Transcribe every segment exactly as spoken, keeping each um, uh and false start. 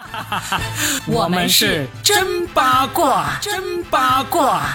我们是真八卦，真八卦。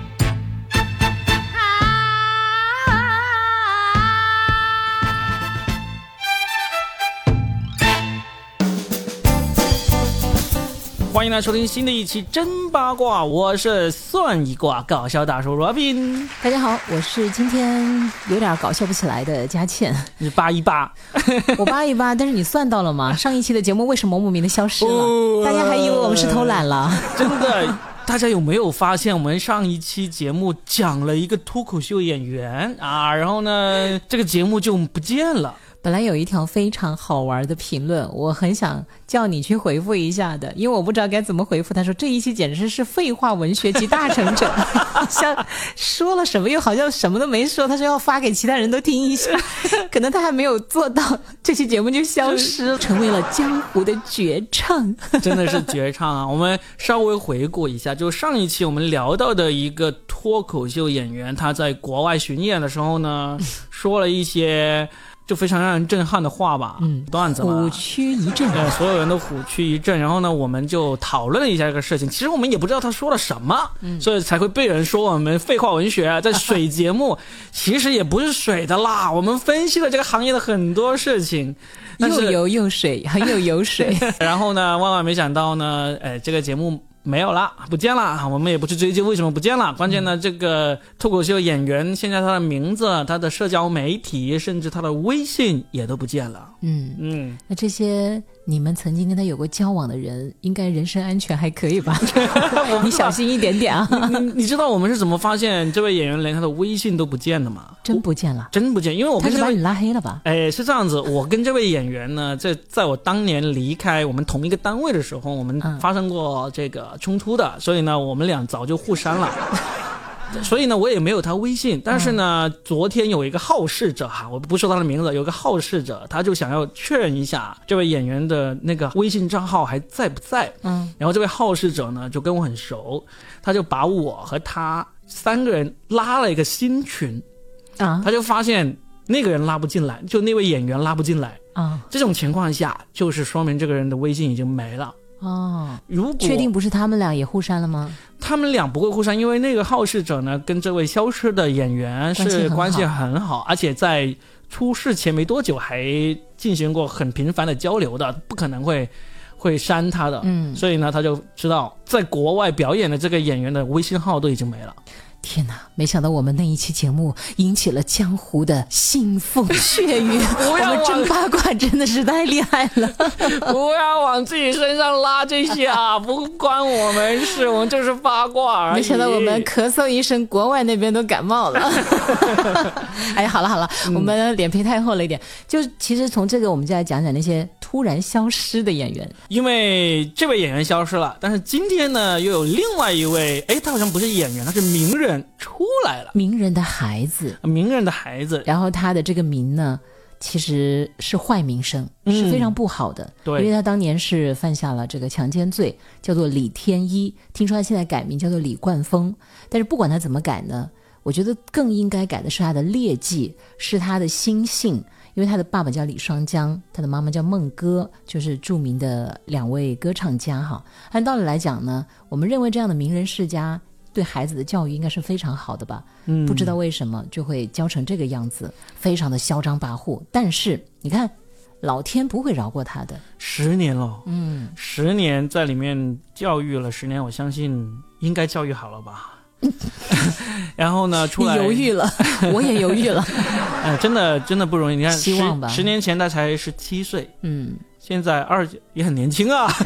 欢迎来收听新的一期真八卦，我是算一卦搞笑大叔 Robin。 大家好，我是今天有点搞笑不起来的佳倩。 你扒一扒我扒一扒，但是你算到了吗？上一期的节目为什么莫名的消失了、哦、大家还以为我们是偷懒了。 真的，大家有没有发现我们上一期节目讲了一个脱口秀演员啊，然后呢这个节目就不见了。 本来有一条非常好玩的评论，我很想叫你去回复一下的，因为我不知道该怎么回复。他说这一期简直是废话文学集大成者，像说了什么又好像什么都没说。他说要发给其他人都听一下，可能他还没有做到，这期节目就消失，成为了江湖的绝唱。 真的是绝唱啊！我们稍微回顾一下，就上一期我们聊到的一个脱口秀演员，他在国外巡演的时候呢，说了一些就非常让人震撼的话吧，嗯，段子嘛， 虎躯一震， 对，所有人都虎躯一震。然后呢，我们就讨论了一下这个事情。其实我们也不知道他说了什么，嗯，所以才会被人说我们废话文学，在水节目，其实也不是水的啦。我们分析了这个行业的很多事情， 又油又水，很有油水。 然后呢，万万没想到呢，哎，这个节目没有了，不见了。我们也不去追究为什么不见了，关键呢、嗯、这个脱口秀演员现在他的名字、他的社交媒体甚至他的微信也都不见了。嗯嗯，那这些你们曾经跟他有过交往的人应该人身安全还可以吧？你小心一点点啊。 你, 你知道我们是怎么发现这位演员连他的微信都不见的吗？ 真不见了？ 真不见，因为我他是把你拉黑了吧？ 哎，是这样子，我跟这位演员呢在在我当年离开我们同一个单位的时候，我们发生过这个冲突的、嗯、所以呢我们俩早就互删了。所以呢我也没有他微信，但是呢、嗯、昨天有一个好事者哈，我不说他的名字，有一个好事者他就想要确认一下这位演员的那个微信账号还在不在。嗯，然后这位好事者呢就跟我很熟，他就把我和他三个人拉了一个新群啊，他就发现那个人拉不进来，就那位演员拉不进来啊，这种情况下就是说明这个人的微信已经没了。哦，如果确定不是他们俩也互删了吗？ 他们俩不会互删，因为那个好事者呢跟这位消失的演员是关系很好，而且在出事前没多久还进行过很频繁的交流的，不可能会会删他的。嗯，所以呢他就知道在国外表演的这个演员的微信号都已经没了。 天哪，没想到我们那一期节目引起了江湖的腥风血雨。我们真八卦真的是太厉害了。 不要往自己身上拉这些啊，不关我们事，我们就是八卦而已。 没想到我们咳嗽一声，国外那边都感冒了。哎，好了好了、嗯、我们脸皮太厚了一点。就其实从这个我们就来讲讲那些突然消失的演员。 因为这位演员消失了，但是今天呢又有另外一位，哎，他好像不是演员，他是名人出来了， 名人的孩子， 名人的孩子。 然后他的这个名呢其实是坏名声、嗯、是非常不好的。对，因为他当年是犯下了这个强奸罪，叫做李天一，听说他现在改名叫做李冠峰。但是不管他怎么改呢，我觉得更应该改的是他的劣迹，是他的心性。因为他的爸爸叫李双江，他的妈妈叫孟歌，就是著名的两位歌唱家哈。按道理来讲呢，我们认为这样的名人世家对孩子的教育应该是非常好的吧。嗯，不知道为什么就会教成这个样子，非常的嚣张跋扈。但是你看老天不会饶过他的。 十年了，嗯，十年在里面教育了十年，我相信应该教育好了吧。然后呢出来你犹豫了，我也犹豫了。 哎，真的真的不容易。你看， 希望吧。 十年前他才十七岁，嗯，现在二也很年轻啊。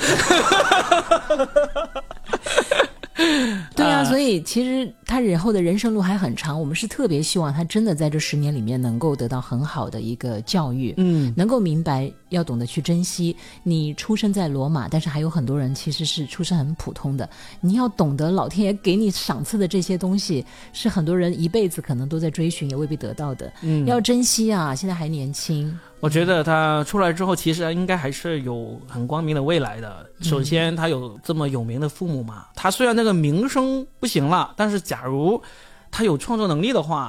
对啊，所以其实他以后的人生路还很长，我们是特别希望他真的在这十年里面能够得到很好的一个教育，嗯，能够明白要懂得去珍惜。你出生在罗马，但是还有很多人其实是出身很普通的，你要懂得老天爷给你赏赐的这些东西是很多人一辈子可能都在追寻也未必得到的，嗯，要珍惜啊，现在还年轻。 我觉得他出来之后其实应该还是有很光明的未来的。首先他有这么有名的父母嘛，他虽然那个名声不行了，但是假如他有创作能力的话，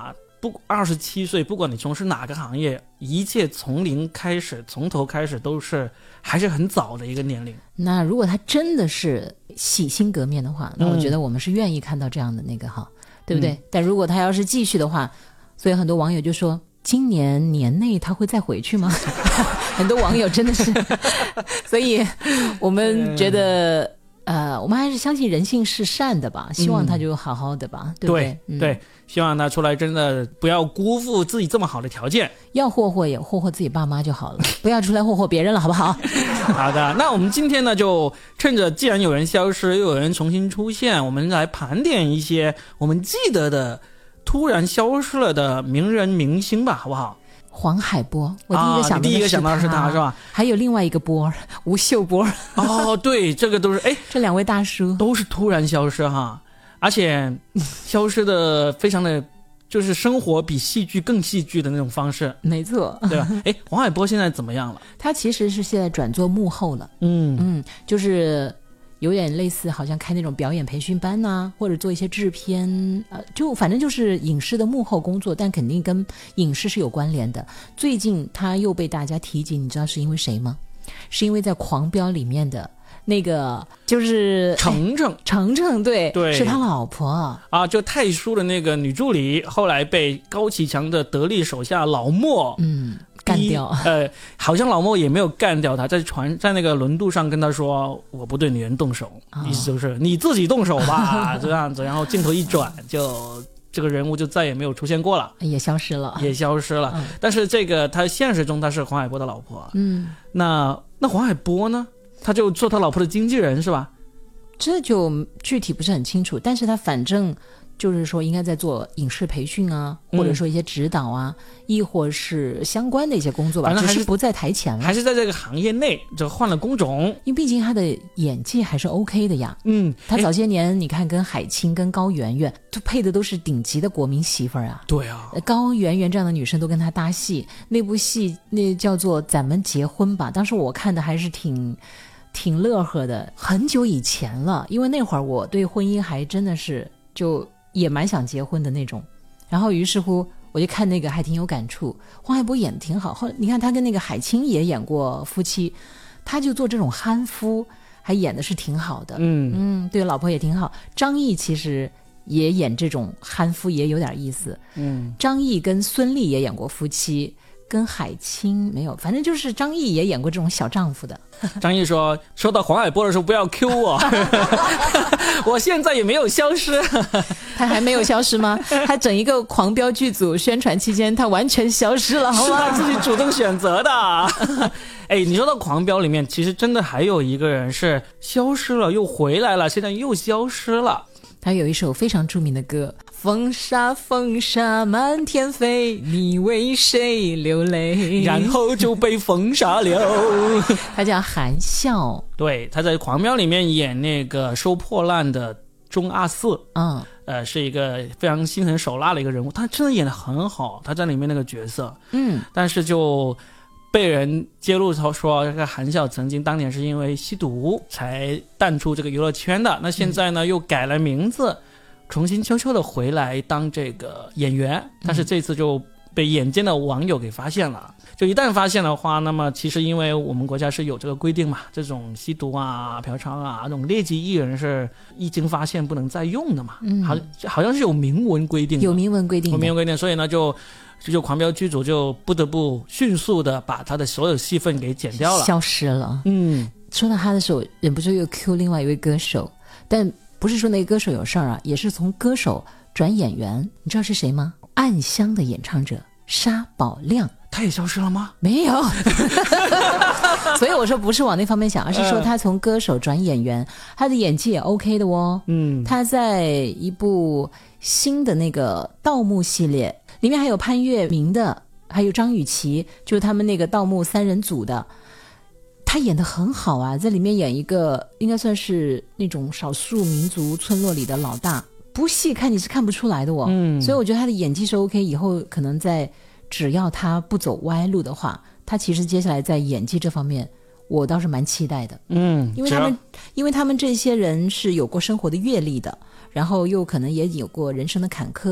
不二十七岁，不管你从事哪个行业，一切从零开始，从头开始都是还是很早的一个年龄。 那如果他真的是洗心革面的话，那我觉得我们是愿意看到这样的那个哈、嗯，对不对、嗯？但如果他要是继续的话，所以很多网友就说，今年年内他会再回去吗？很多网友真的是，所以我们觉得。嗯呃，我们还是相信人性是善的吧，希望他就好好的吧，嗯、对不对？ 对、嗯、对，希望他出来真的不要辜负自己这么好的条件， 要霍霍也霍霍自己爸妈就好了，不要出来霍霍别人了，好不好？ 好的，那我们今天呢，就趁着既然有人消失，又有人重新出现，我们来盘点一些我们记得的突然消失了的名人明星吧，好不好？ 黄海波，我第一个想到的是他、啊、 第一个想到的是他是吧？ 还有另外一个波，吴秀波。 哦，对，这个都是哎， 这两位大叔都是突然消失哈，而且消失的非常的，就是生活比戏剧更戏剧的那种方式。 没错， 对吧？哎，黄海波现在怎么样了？ 他其实是现在转做幕后了。 嗯嗯，就是有点类似，好像开那种表演培训班呐、啊，或者做一些制片，呃，就反正就是影视的幕后工作，但肯定跟影视是有关联的。最近他又被大家提及，你知道是因为谁吗？是因为在《狂飙》里面的那个就是程程， 程程对对， 是他老婆啊，就太叔的那个女助理，后来被高启强的得力手下老莫嗯干掉。 呃，好像老莫也没有干掉他，在船在那个轮渡上跟他说，我不对女人动手，哦、意思就是你自己动手吧，这样子。然后镜头一转，就这个人物就再也没有出现过了， 也消失了， 也消失了。嗯、但是这个他现实中他是黄海波的老婆， 嗯， 那那黄海波呢？他就做他老婆的经纪人是吧？ 这就具体不是很清楚，但是他反正就是说应该在做影视培训啊，或者说一些指导啊，嗯、亦或是相关的一些工作吧， 反正还是只是不在台前了， 还是在这个行业内，就换了工种。 因为毕竟他的演技还是 OK 的呀。 嗯， 他早些年你看跟海清跟高圆圆，都配的都是顶级的国民媳妇儿啊。 对啊， 高圆圆这样的女生都跟他搭戏，那部戏那叫做《咱们结婚吧》，当时我看的还是挺。挺乐呵的，很久以前了，因为那会儿我对婚姻还真的是就也蛮想结婚的那种，然后于是乎我就看那个还挺有感触，黄海波演的挺好，后来你看他跟那个海清也演过夫妻，他就做这种憨夫还演的是挺好的， 嗯嗯，对老婆也挺好。张译其实也演这种憨夫也有点意思， 嗯， 张译跟孙俪也演过夫妻，跟海清没有，反正就是张译也演过这种小丈夫的。 张译说，说到黄海波的时候不要 Q 我，我现在也没有消失。 他还没有消失吗？他整一个狂飙剧组宣传期间，他完全消失了，好吗？ 是他自己主动选择的。哎，你说到狂飙里面，其实真的还有一个人是消失了又回来了，现在又消失了。 他有一首非常著名的歌，风沙风沙满天飞，你为谁流泪， 然后就被风沙流。 他叫韩笑， 对，他在狂飙里面演那个收破烂的钟阿四， 嗯， 呃，是一个非常心狠手辣的一个人物，他真的演得很好，他在里面那个角色， 嗯， 但是就被人揭露说这个韩笑曾经当年是因为吸毒才淡出这个娱乐圈的，那现在呢、嗯、又改了名字，重新悄悄的回来当这个演员，但是这次就被眼尖的网友给发现了，就一旦发现的话，那么其实因为我们国家是有这个规定嘛，这种吸毒啊嫖娼啊这种劣迹艺人是一经发现不能再用的嘛， 嗯， 好好像是有明文规定的， 有明文规定的， 有明文规定，所以呢就就狂飙剧组就不得不迅速的把他的所有戏份给剪掉了， 消失了。 嗯， 说到他的时候，忍不住又 Q 另外一位歌手，但不是说那个歌手有事儿啊，也是从歌手转演员。你知道是谁吗？暗香的演唱者沙宝亮。 他也消失了吗？ 没有。所以我说不是往那方面想，而是说他从歌手转演员，他的演技也 OK 的哦。 嗯， 他在一部新的那个盗墓系列里面还有潘粤明的，还有张雨绮，就是他们那个盗墓三人组的，他演得很好啊，在里面演一个应该算是那种少数民族村落里的老大，不细看你是看不出来的哦。 嗯， 所以我觉得他的演技是 OK， 以后可能在只要他不走歪路的话，他其实接下来在演技这方面我倒是蛮期待的。 嗯， 因为他们因为他们这些人是有过生活的阅历的，然后又可能也有过人生的坎坷，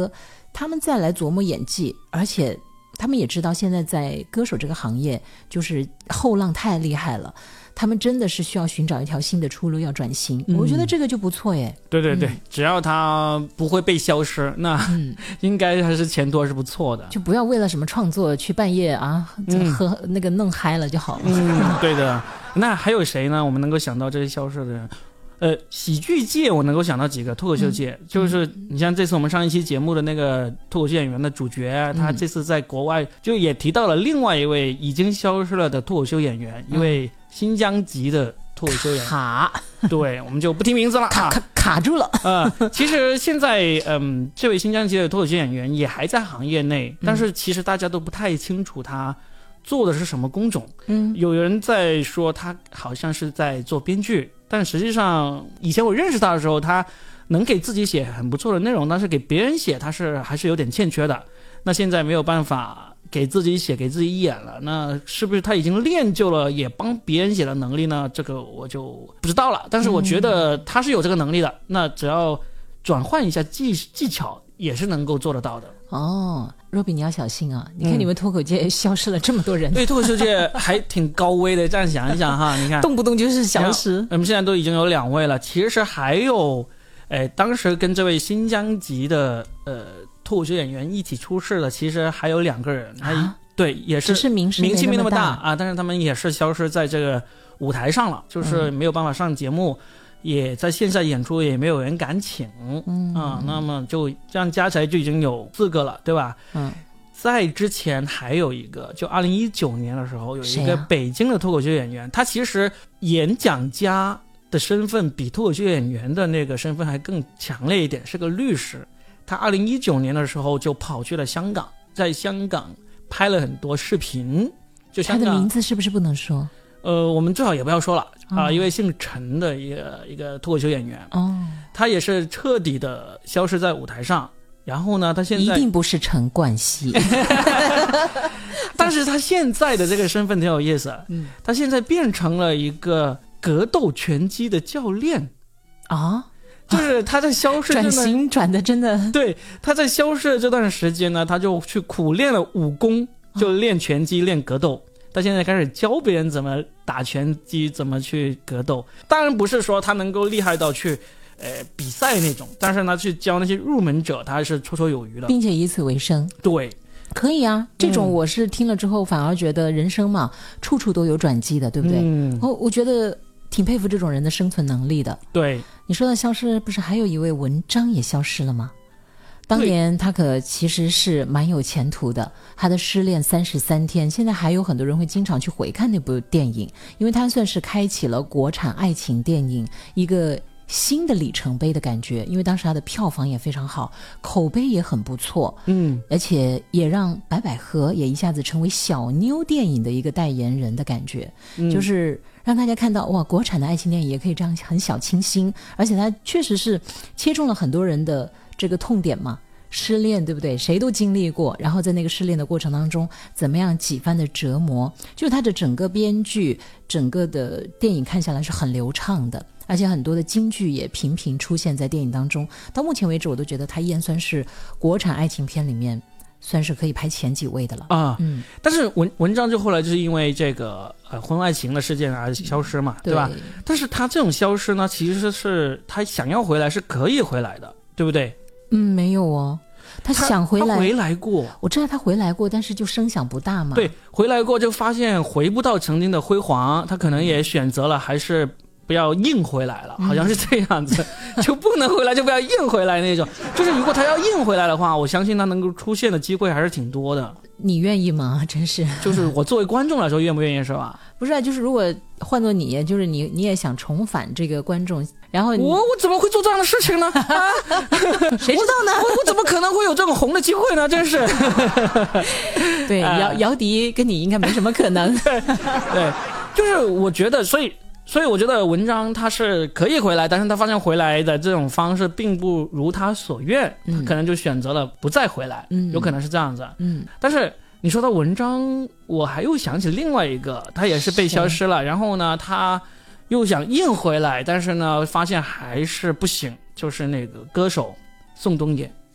他们再来琢磨演技，而且他们也知道现在在歌手这个行业就是后浪太厉害了，他们真的是需要寻找一条新的出路，要转型、嗯、我觉得这个就不错耶。 对对对、嗯、只要他不会被消失，那、嗯、应该还是前途还是不错的， 就不要为了什么创作去半夜啊喝、嗯、那个弄嗨了就好了。 嗯，对的。那还有谁呢我们能够想到这些消失的人？呃，喜剧界我能够想到几个，脱口秀界、嗯、就是你像这次我们上一期节目的那个脱口秀演员的主角、嗯、他这次在国外就也提到了另外一位已经消失了的脱口秀演员、嗯、一位新疆籍的脱口秀演员卡， 对，我们就不提名字了， 卡卡卡住了。 呃，其实现在嗯，这位新疆籍的脱口秀演员也还在行业内，但是其实大家都不太清楚他做的是什么工种。嗯，有人在说他好像是在做编剧，但实际上以前我认识他的时候，他能给自己写很不错的内容，但是给别人写他是还是有点欠缺的。那现在没有办法给自己写给自己演了，那是不是他已经练就了也帮别人写的能力呢？这个我就不知道了，但是我觉得他是有这个能力的、嗯、那只要转换一下技技巧也是能够做得到的。 哦，若比你要小心啊！你看你们脱口界消失了这么多人， 嗯、对，脱口秀界还挺高危的。这样想一想哈，你看， 动不动就是消失。 我们现在都已经有两位了，其实还有，哎，当时跟这位新疆籍的呃脱口秀演员一起出事的，其实还有两个人，啊、对，也是只是名名气没那么大啊， 但是他们也是消失在这个舞台上了，就是没有办法上节目。嗯，也在线下演出也没有人敢请，嗯啊，那么就这样加起来就已经有四个了，对吧？嗯，在之前还有一个，就二零一九年的时候，有一个北京的脱口秀演员，啊、他其实演讲家的身份比脱口秀演员的那个身份还更强烈一点，是个律师。他二零一九年的时候就跑去了香港，在香港拍了很多视频。就香港， 他的名字是不是不能说？ 呃，我们最好也不要说了啊、呃，一位姓陈的一个一个脱口秀演员， 哦， 他也是彻底的消失在舞台上。然后呢，他现在一定不是陈冠希， 但是他现在的这个身份挺有意思，嗯，他现在变成了一个格斗拳击的教练啊。 就是他在消失这段转型转的真的， 对，他在消失的这段时间呢，他就去苦练了武功，就练拳击、练格斗。他现在开始教别人怎么打拳击，怎么去格斗。当然不是说他能够厉害到去呃比赛那种，但是呢，去教那些入门者，他还是绰绰有余的， 并且以此为生。 对， 可以啊，这种我是听了之后反而觉得人生嘛，嗯、处处都有转机的，对不对？嗯，我我觉得挺佩服这种人的生存能力的。 对， 你说的消失，不是还有一位文章也消失了吗？当年他可其实是蛮有前途的，他的失恋三十三天，现在还有很多人会经常去回看那部电影，因为他算是开启了国产爱情电影一个新的里程碑的感觉，因为当时他的票房也非常好，口碑也很不错，嗯，而且也让白百合也一下子成为小妞电影的一个代言人的感觉，嗯，就是让大家看到哇，国产的爱情电影也可以这样很小清新，而且他确实是切中了很多人的这个痛点嘛，失恋对不对？谁都经历过，然后在那个失恋的过程当中怎么样几番的折磨，就是他的整个编剧整个的电影看下来是很流畅的，而且很多的金句也频频出现在电影当中，到目前为止我都觉得他依然算是国产爱情片里面算是可以排前几位的了啊。嗯，但是文文章就后来就是因为这个呃婚外情的事件而消失嘛，嗯、对吧？但是他这种消失呢，其实是他想要回来是可以回来的，对不对？ 嗯，没有哦，他想回来， 他回来过， 我知道他回来过，但是就声响不大嘛。 对，回来过就发现回不到曾经的辉煌，他可能也选择了还是不要硬回来了，好像是这样子，嗯、就不能回来就不要硬回来那种。就是如果他要硬回来的话，我相信他能够出现的机会还是挺多的。 你愿意吗？真是，就是我作为观众来说，愿不愿意是吧？ 不是，就是如果换做你，就是你你也想重返这个观众，然后你我我怎么会做这样的事情呢？啊， 谁知道呢？ 我我怎么可能会有这种红的机会呢？真是。 对，姚姚笛跟你应该没什么可能。 对，对，就是我觉得，所以。所以我觉得文章他是可以回来，但是他发现回来的这种方式并不如他所愿，嗯、他可能就选择了不再回来，嗯、有可能是这样子。嗯，但是你说到文章，我还又想起另外一个，他也是被消失了，然后呢，他又想硬回来，但是呢，发现还是不行，就是那个歌手宋冬野。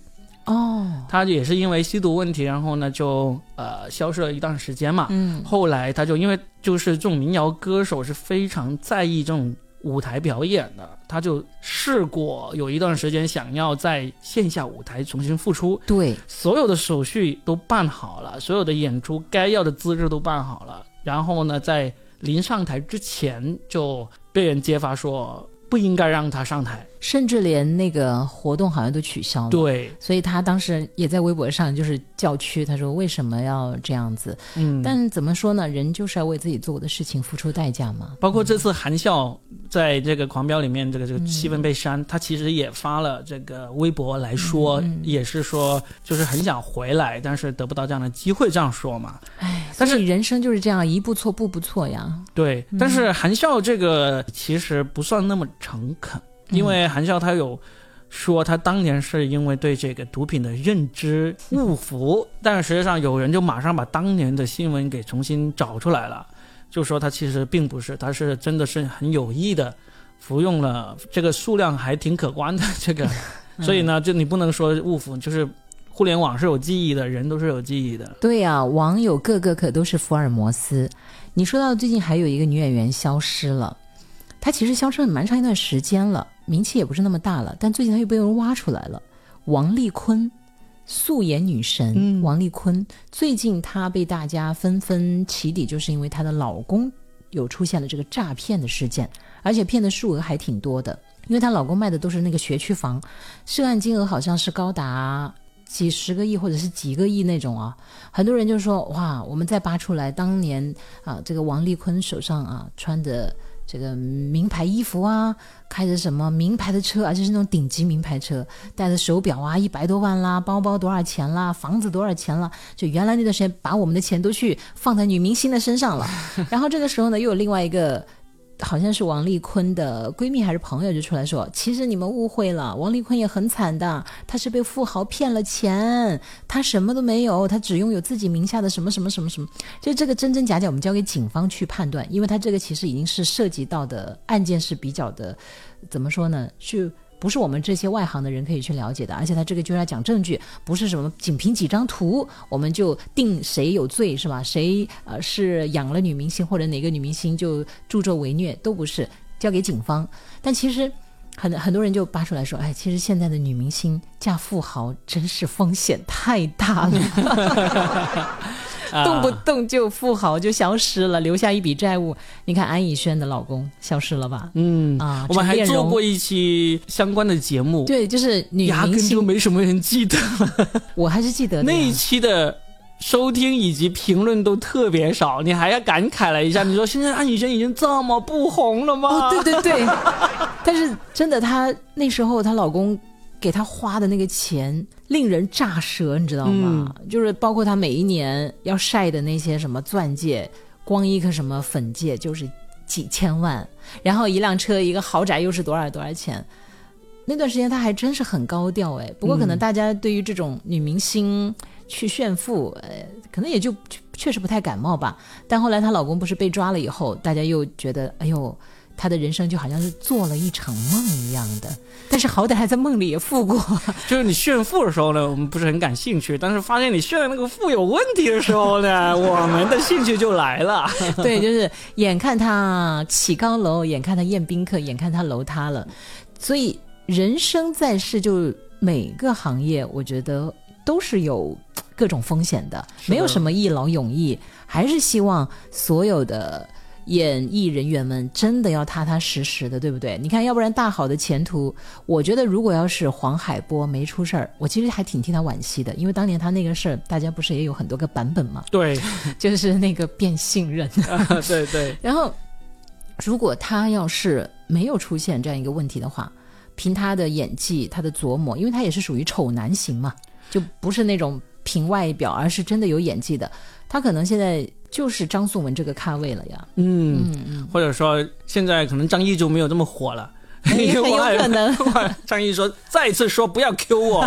哦， 他也是因为吸毒问题，然后呢就呃消失了一段时间嘛。 嗯， 后来他就因为就是这种民谣歌手是非常在意这种舞台表演的，他就试过有一段时间想要在线下舞台重新复出， 对， 所有的手续都办好了，所有的演出该要的资质都办好了，然后呢在临上台之前就被人揭发说不应该让他上台， 甚至连那个活动好像都取消了。 对， 所以他当时也在微博上就是叫屈，他说为什么要这样子？嗯，但怎么说呢，人就是要为自己做的事情付出代价嘛。 包括这次韩笑在这个狂飙里面这个这个戏份被删、嗯、他其实也发了这个微博来说、嗯嗯、也是说就是很想回来，但是得不到这样的机会，这样说嘛。 哎，但是人生就是这样，一步错步步错呀。 对、嗯、但是韩笑这个其实不算那么诚恳，因为韩笑他有说他当年是因为对这个毒品的认知误服，但是实际上有人就马上把当年的新闻给重新找出来了，就说他其实并不是，他是真的是很有意的服用了这个数量还挺可观的这个所以呢就你不能说误服，就是互联网是有记忆的，人都是有记忆的。 对啊，网友个个可都是福尔摩斯。你说到最近还有一个女演员消失了，她其实消失了蛮长一段时间了，名气也不是那么大了，但最近她又被人挖出来了。王丽坤，素颜女神、嗯、王丽坤，最近她被大家纷纷起底，就是因为她的老公有出现了这个诈骗的事件，而且骗的数额还挺多的，因为她老公卖的都是那个学区房，涉案金额好像是高达几十个亿或者是几个亿那种啊。很多人就说哇，我们再扒出来当年啊，这个王丽坤手上啊穿的这个名牌衣服啊，开着什么名牌的车，而且是那种顶级名牌车，戴着手表啊一百多万啦，包包多少钱啦，房子多少钱啦，就原来那段时间把我们的钱都去放在女明星的身上了然后这个时候呢又有另外一个好像是王丽坤的闺蜜还是朋友就出来说，其实你们误会了，王丽坤也很惨的，她是被富豪骗了钱，她什么都没有，她只拥有自己名下的什么什么什么什么，就这个真真假假我们交给警方去判断，因为她这个其实已经是涉及到的案件是比较的怎么说呢，去不是我们这些外行的人可以去了解的，而且他这个就是要讲证据，不是什么仅凭几张图我们就定谁有罪是吧？谁呃是养了女明星或者哪个女明星就助纣为虐，都不是，交给警方。但其实很很多人就扒出来说，哎，其实现在的女明星嫁富豪真是风险太大了动不动就富豪就消失了，留下一笔债务。你看安以轩的老公消失了吧？ 嗯啊，我们还做过一期相关的节目， 对，就是女明星压根就没什么人记得我还是记得的那一期的收听以及评论都特别少，你还要感慨了一下，你说现在安以轩已经这么不红了吗？ 哦，对对对但是真的她那时候她老公给她花的那个钱令人咋舌，你知道吗、嗯、就是包括她每一年要晒的那些什么钻戒，光一个什么粉戒就是几千万，然后一辆车一个豪宅又是多少多少钱。那段时间她还真是很高调哎，不过可能大家对于这种女明星去炫富、嗯、呃，可能也就确实不太感冒吧。但后来她老公不是被抓了以后，大家又觉得哎呦，她的人生就好像是做了一场梦一样的，但是好歹还在梦里也富过。 就是你炫富的时候呢，我们不是很感兴趣，但是发现你炫的那个富有问题的时候呢，我们的兴趣就来了。 对，就是眼看他起高楼，眼看他宴宾客，眼看他楼塌了。所以人生在世，就每个行业我觉得都是有各种风险的，没有什么一劳永逸，还是希望所有的演艺人员们真的要踏踏实实的，对不对？你看，要不然大好的前途，我觉得如果要是黄海波没出事儿，我其实还挺替他惋惜的，因为当年他那个事儿，大家不是也有很多个版本吗？ 对， 就是那个变性人、 啊、对对。 然后如果他要是没有出现这样一个问题的话，凭他的演技，他的琢磨，因为他也是属于丑男型嘛，就不是那种凭外表，而是真的有演技的，他可能现在就是张颂文这个咖位了呀。 嗯嗯，或者说现在可能张译就没有这么火了， 也很有可能。 张译说再次说不要 Q 我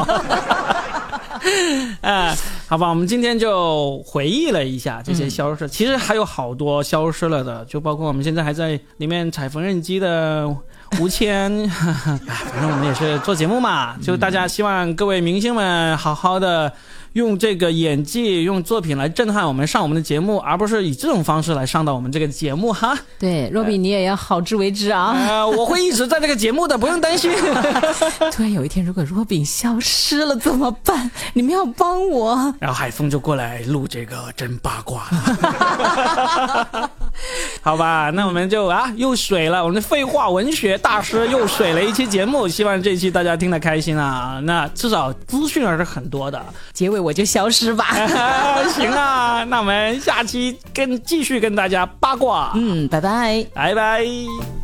哎，好吧，我们今天就回忆了一下这些消失、嗯、其实还有好多消失了的，就包括我们现在还在里面踩缝纫机的吴谦，反正我们也是做节目嘛，就大家希望各位明星们好好的用这个演技用作品来震撼我们，上我们的节目，而不是以这种方式来上到我们这个节目哈。 对，若比你也要好自为之啊、 呃、我会一直在这个节目的，不用担心。 突然有一天如果若比消失了怎么办？你们要帮我。 然后海峰就过来录这个真八卦。好吧，那我们就啊又水了，我们的废话文学大师又水了一期节目，希望这一期大家听得开心啊。那至少资讯还是很多的。 结尾我就消失吧。 行啊，那我们下期跟继续跟大家八卦。 嗯，拜拜， 拜拜。